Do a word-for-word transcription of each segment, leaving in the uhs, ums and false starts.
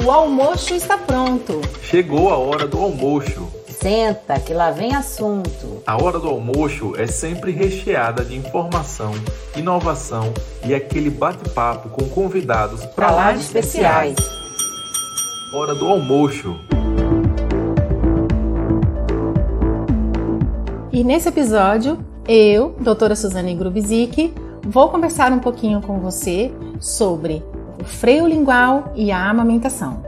O almoço está pronto. Chegou a hora do almoço. Senta, que lá vem assunto. A hora do almoço é sempre recheada de informação, inovação e aquele bate-papo com convidados pra lá de especiais. Hora do almoço. E nesse episódio, eu, doutora Suzane Grubzik, vou conversar um pouquinho com você sobre o freio lingual e a amamentação.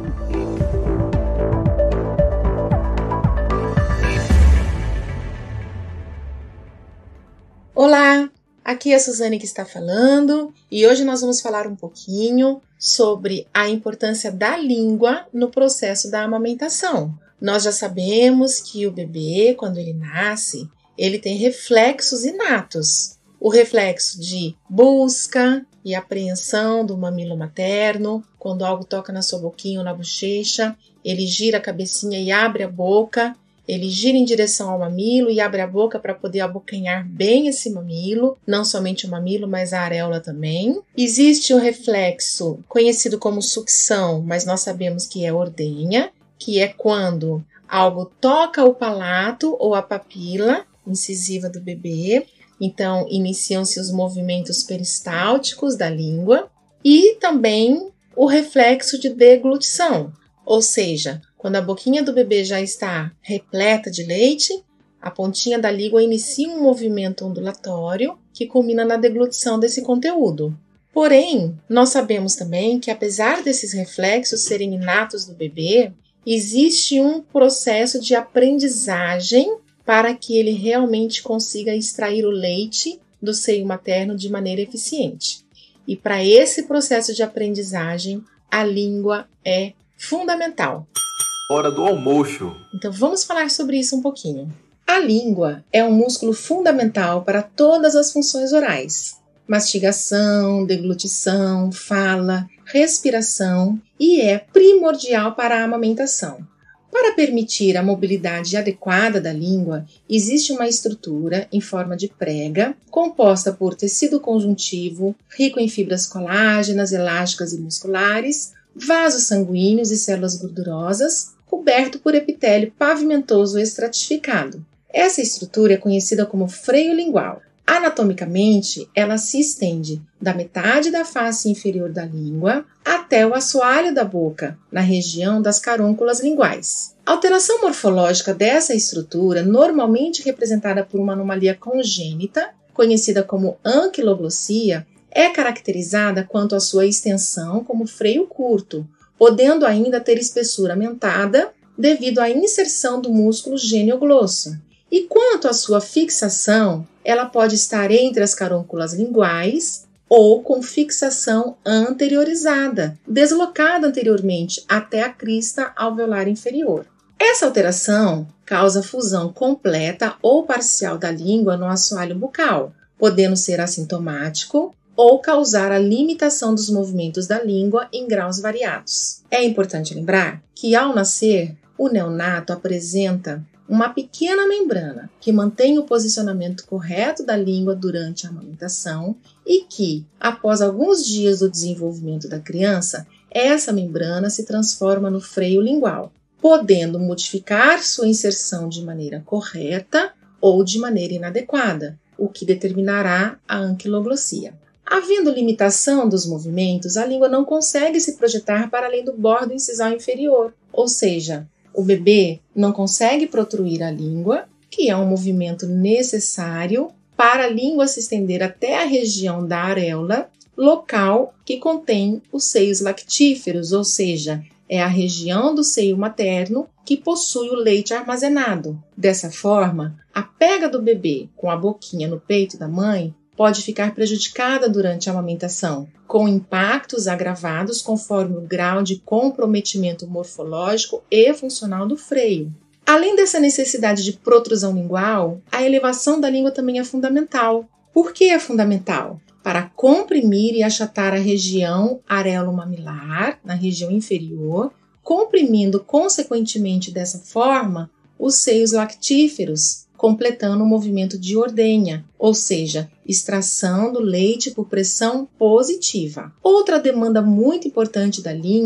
Olá, aqui é a Suzane que está falando e hoje nós vamos falar um pouquinho sobre a importância da língua no processo da amamentação. Nós já sabemos que o bebê, quando ele nasce, ele tem reflexos inatos. O reflexo de busca e apreensão do mamilo materno, quando algo toca na sua boquinha ou na bochecha, ele gira a cabecinha e abre a boca. Ele gira em direção ao mamilo e abre a boca para poder abocanhar bem esse mamilo, não somente o mamilo, mas a areola também. Existe o reflexo conhecido como sucção, mas nós sabemos que é ordenha, que é quando algo toca o palato ou a papila incisiva do bebê. Então, iniciam-se os movimentos peristálticos da língua e também o reflexo de deglutição, ou seja, quando a boquinha do bebê já está repleta de leite, a pontinha da língua inicia um movimento ondulatório que culmina na deglutição desse conteúdo. Porém, nós sabemos também que apesar desses reflexos serem inatos do bebê, existe um processo de aprendizagem para que ele realmente consiga extrair o leite do seio materno de maneira eficiente. E para esse processo de aprendizagem, a língua é fundamental. Hora do almoço. Então vamos falar sobre isso um pouquinho. A língua é um músculo fundamental para todas as funções orais. Mastigação, deglutição, fala, respiração e é primordial para a amamentação. Para permitir a mobilidade adequada da língua, existe uma estrutura em forma de prega, composta por tecido conjuntivo, rico em fibras colágenas, elásticas e musculares, vasos sanguíneos e células gordurosas, coberto por epitélio pavimentoso estratificado. Essa estrutura é conhecida como freio lingual. Anatomicamente, ela se estende da metade da face inferior da língua até o assoalho da boca, na região das carúnculas linguais. A alteração morfológica dessa estrutura, normalmente representada por uma anomalia congênita, conhecida como anquiloglossia, é caracterizada quanto à sua extensão como freio curto, podendo ainda ter espessura aumentada devido à inserção do músculo gênio-glosso. E quanto à sua fixação, ela pode estar entre as carúnculas linguais ou com fixação anteriorizada, deslocada anteriormente até a crista alveolar inferior. Essa alteração causa fusão completa ou parcial da língua no assoalho bucal, podendo ser assintomático ou causar a limitação dos movimentos da língua em graus variados. É importante lembrar que, ao nascer, o neonato apresenta uma pequena membrana que mantém o posicionamento correto da língua durante a amamentação e que, após alguns dias do desenvolvimento da criança, essa membrana se transforma no freio lingual, podendo modificar sua inserção de maneira correta ou de maneira inadequada, o que determinará a anquiloglossia. Havendo limitação dos movimentos, a língua não consegue se projetar para além do bordo incisal inferior, ou seja, o bebê não consegue protruir a língua, que é um movimento necessário para a língua se estender até a região da areola, local que contém os seios lactíferos, ou seja, é a região do seio materno que possui o leite armazenado. Dessa forma, a pega do bebê com a boquinha no peito da mãe pode ficar prejudicada durante a amamentação, com impactos agravados conforme o grau de comprometimento morfológico e funcional do freio. Além dessa necessidade de protrusão lingual, a elevação da língua também é fundamental. Por que é fundamental? Para comprimir e achatar a região areolo-mamilar, na região inferior, comprimindo consequentemente dessa forma os seios lactíferos, completando o movimento de ordenha, ou seja, extração do leite por pressão positiva. Outra demanda muito importante da língua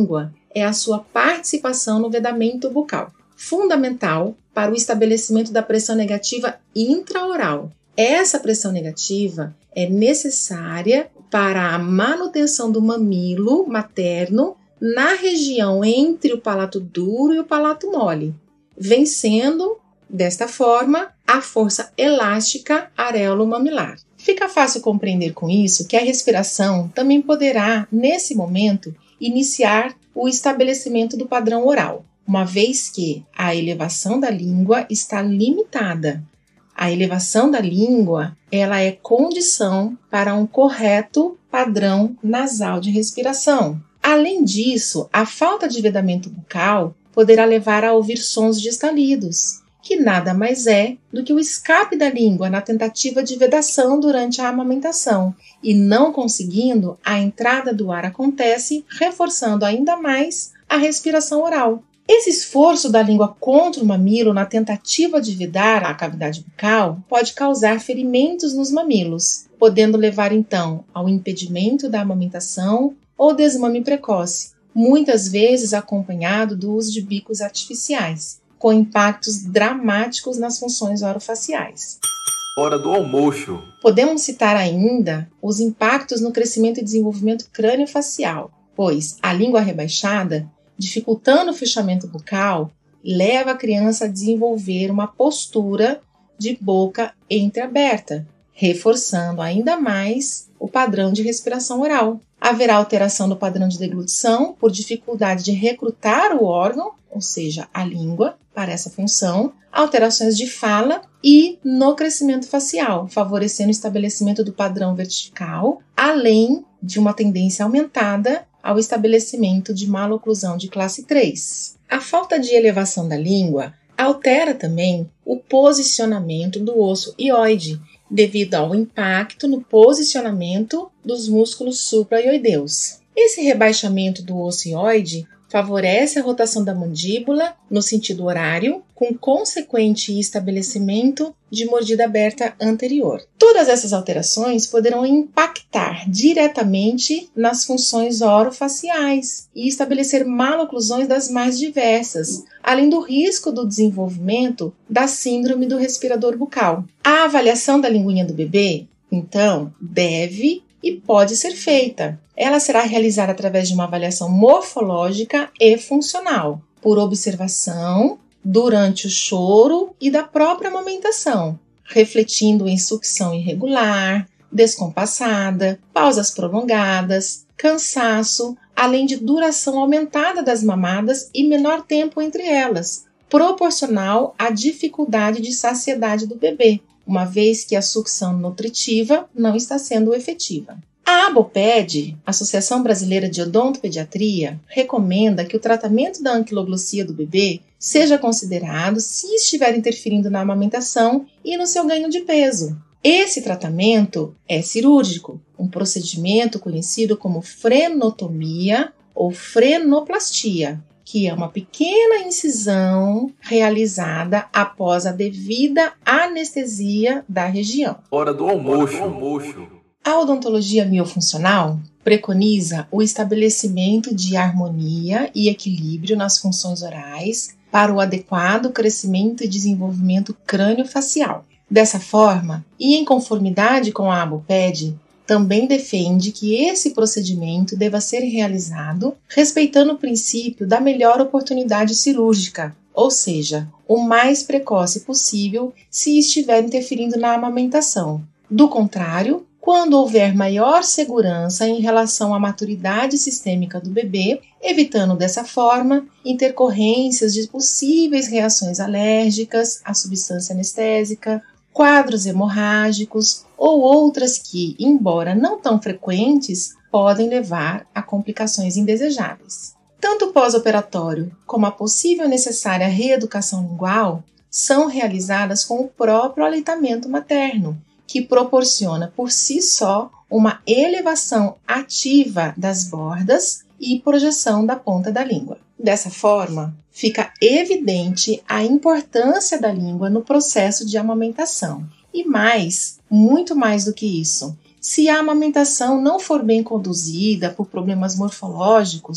é a sua participação no vedamento bucal, fundamental para o estabelecimento da pressão negativa intraoral. Essa pressão negativa é necessária para a manutenção do mamilo materno na região entre o palato duro e o palato mole, vencendo, desta forma, a força elástica areolo-mamilar. Fica fácil compreender com isso que a respiração também poderá, nesse momento, iniciar o estabelecimento do padrão oral, uma vez que a elevação da língua está limitada. A elevação da língua, ela é condição para um correto padrão nasal de respiração. Além disso, a falta de vedamento bucal poderá levar a ouvir sons de estalidos, que nada mais é do que o escape da língua na tentativa de vedação durante a amamentação, e não conseguindo, a entrada do ar acontece, reforçando ainda mais a respiração oral. Esse esforço da língua contra o mamilo na tentativa de vedar a cavidade bucal pode causar ferimentos nos mamilos, podendo levar então ao impedimento da amamentação ou desmame precoce, muitas vezes acompanhado do uso de bicos artificiais, com impactos dramáticos nas funções orofaciais. Hora do almoço. Podemos citar ainda os impactos no crescimento e desenvolvimento crâniofacial, pois a língua rebaixada, dificultando o fechamento bucal, leva a criança a desenvolver uma postura de boca entreaberta, reforçando ainda mais o padrão de respiração oral. Haverá alteração do padrão de deglutição por dificuldade de recrutar o órgão, ou seja, a língua, para essa função, alterações de fala e no crescimento facial, favorecendo o estabelecimento do padrão vertical, além de uma tendência aumentada ao estabelecimento de maloclusão de classe três. A falta de elevação da língua altera também o posicionamento do osso hioide, devido ao impacto no posicionamento dos músculos supraioideus. Esse rebaixamento do osso hioide favorece a rotação da mandíbula no sentido horário, com consequente estabelecimento de mordida aberta anterior. Todas essas alterações poderão impactar diretamente nas funções orofaciais e estabelecer maloclusões das mais diversas, além do risco do desenvolvimento da síndrome do respirador bucal. A avaliação da linguinha do bebê, então, deve e pode ser feita. Ela será realizada através de uma avaliação morfológica e funcional, por observação durante o choro e da própria amamentação, refletindo em sucção irregular, descompassada, pausas prolongadas, cansaço, além de duração aumentada das mamadas e menor tempo entre elas, proporcional à dificuldade de saciedade do bebê, uma vez que a sucção nutritiva não está sendo efetiva. A ABOPED, Associação Brasileira de Odontopediatria, recomenda que o tratamento da anquiloglossia do bebê seja considerado se estiver interferindo na amamentação e no seu ganho de peso. Esse tratamento é cirúrgico, um procedimento conhecido como frenotomia ou frenoplastia, que é uma pequena incisão realizada após a devida anestesia da região. Hora do almoço. Hora do almoço. A odontologia miofuncional preconiza o estabelecimento de harmonia e equilíbrio nas funções orais para o adequado crescimento e desenvolvimento crânio-facial. Dessa forma, e em conformidade com a ABOPED, também defende que esse procedimento deva ser realizado respeitando o princípio da melhor oportunidade cirúrgica, ou seja, o mais precoce possível se estiver interferindo na amamentação. Do contrário, quando houver maior segurança em relação à maturidade sistêmica do bebê, evitando dessa forma intercorrências de possíveis reações alérgicas à substância anestésica, quadros hemorrágicos ou outras que, embora não tão frequentes, podem levar a complicações indesejáveis. Tanto o pós-operatório como a possível necessária reeducação lingual são realizadas com o próprio aleitamento materno, que proporciona por si só uma elevação ativa das bordas e projeção da ponta da língua. Dessa forma, fica evidente a importância da língua no processo de amamentação. E mais, muito mais do que isso, se a amamentação não for bem conduzida por problemas morfológicos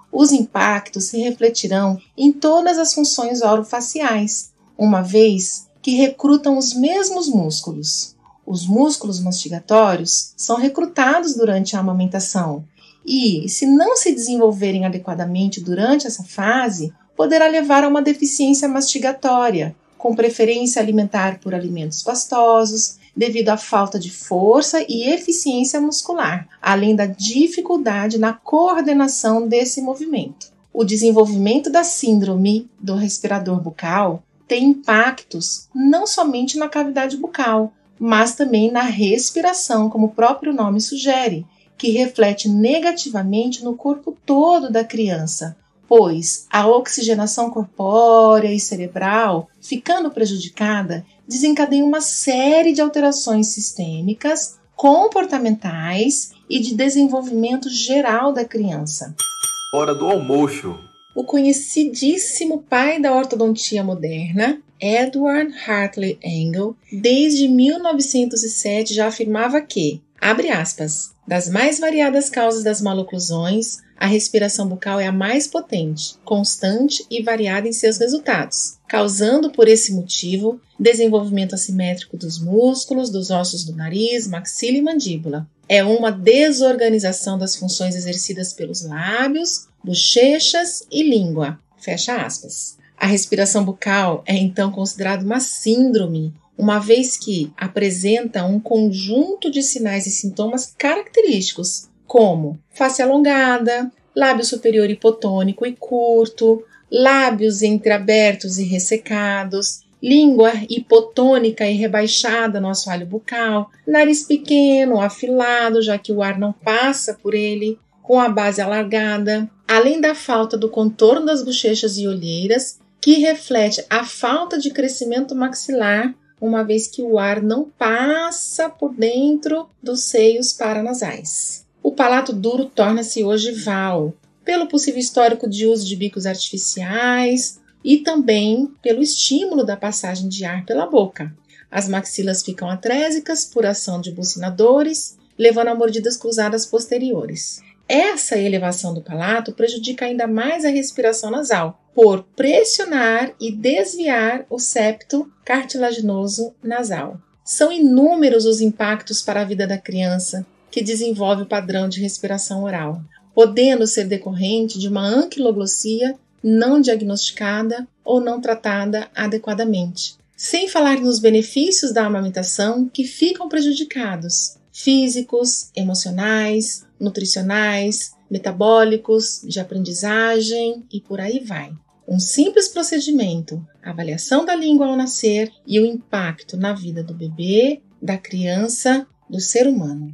Os impactos se refletirão em todas as funções orofaciais, uma vez que recrutam os mesmos músculos. Os músculos mastigatórios são recrutados durante a amamentação e, se não se desenvolverem adequadamente durante essa fase, poderá levar a uma deficiência mastigatória, com preferência alimentar por alimentos pastosos, devido à falta de força e eficiência muscular, além da dificuldade na coordenação desse movimento. O desenvolvimento da síndrome do respirador bucal tem impactos não somente na cavidade bucal, mas também na respiração, como o próprio nome sugere, que reflete negativamente no corpo todo da criança, pois a oxigenação corpórea e cerebral, ficando prejudicada, desencadeia uma série de alterações sistêmicas, comportamentais e de desenvolvimento geral da criança. Hora do almoço. O conhecidíssimo pai da ortodontia moderna, Edward Hartley Engel, desde mil novecentos e sete já afirmava que, abre aspas, das mais variadas causas das maloclusões, a respiração bucal é a mais potente, constante e variada em seus resultados, causando por esse motivo desenvolvimento assimétrico dos músculos, dos ossos do nariz, maxila e mandíbula. É uma desorganização das funções exercidas pelos lábios, bochechas e língua. Fecha aspas. A respiração bucal é então considerada uma síndrome, uma vez que apresenta um conjunto de sinais e sintomas característicos, como face alongada, lábio superior hipotônico e curto, lábios entreabertos e ressecados, língua hipotônica e rebaixada no assoalho bucal, nariz pequeno, afilado, já que o ar não passa por ele, com a base alargada, além da falta do contorno das bochechas e olheiras, que reflete a falta de crescimento maxilar, uma vez que o ar não passa por dentro dos seios paranasais. O palato duro torna-se ogival, pelo possível histórico de uso de bicos artificiais e também pelo estímulo da passagem de ar pela boca. As maxilas ficam atrésicas por ação de bucinadores, levando a mordidas cruzadas posteriores. Essa elevação do palato prejudica ainda mais a respiração nasal, por pressionar e desviar o septo cartilaginoso nasal. São inúmeros os impactos para a vida da criança que desenvolve o padrão de respiração oral, podendo ser decorrente de uma anquiloglossia não diagnosticada ou não tratada adequadamente. Sem falar nos benefícios da amamentação que ficam prejudicados, físicos, emocionais, nutricionais, metabólicos, de aprendizagem e por aí vai. Um simples procedimento, a avaliação da língua ao nascer e o impacto na vida do bebê, da criança, do ser humano.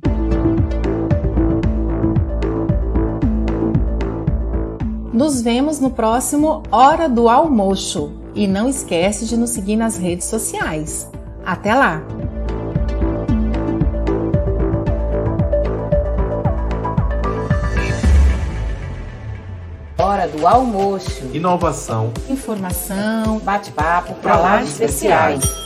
Nos vemos no próximo Hora do Almoço e não esquece de nos seguir nas redes sociais. Até lá! Hora do Almoço. Inovação, Informação, bate-papo, Palavras especiais.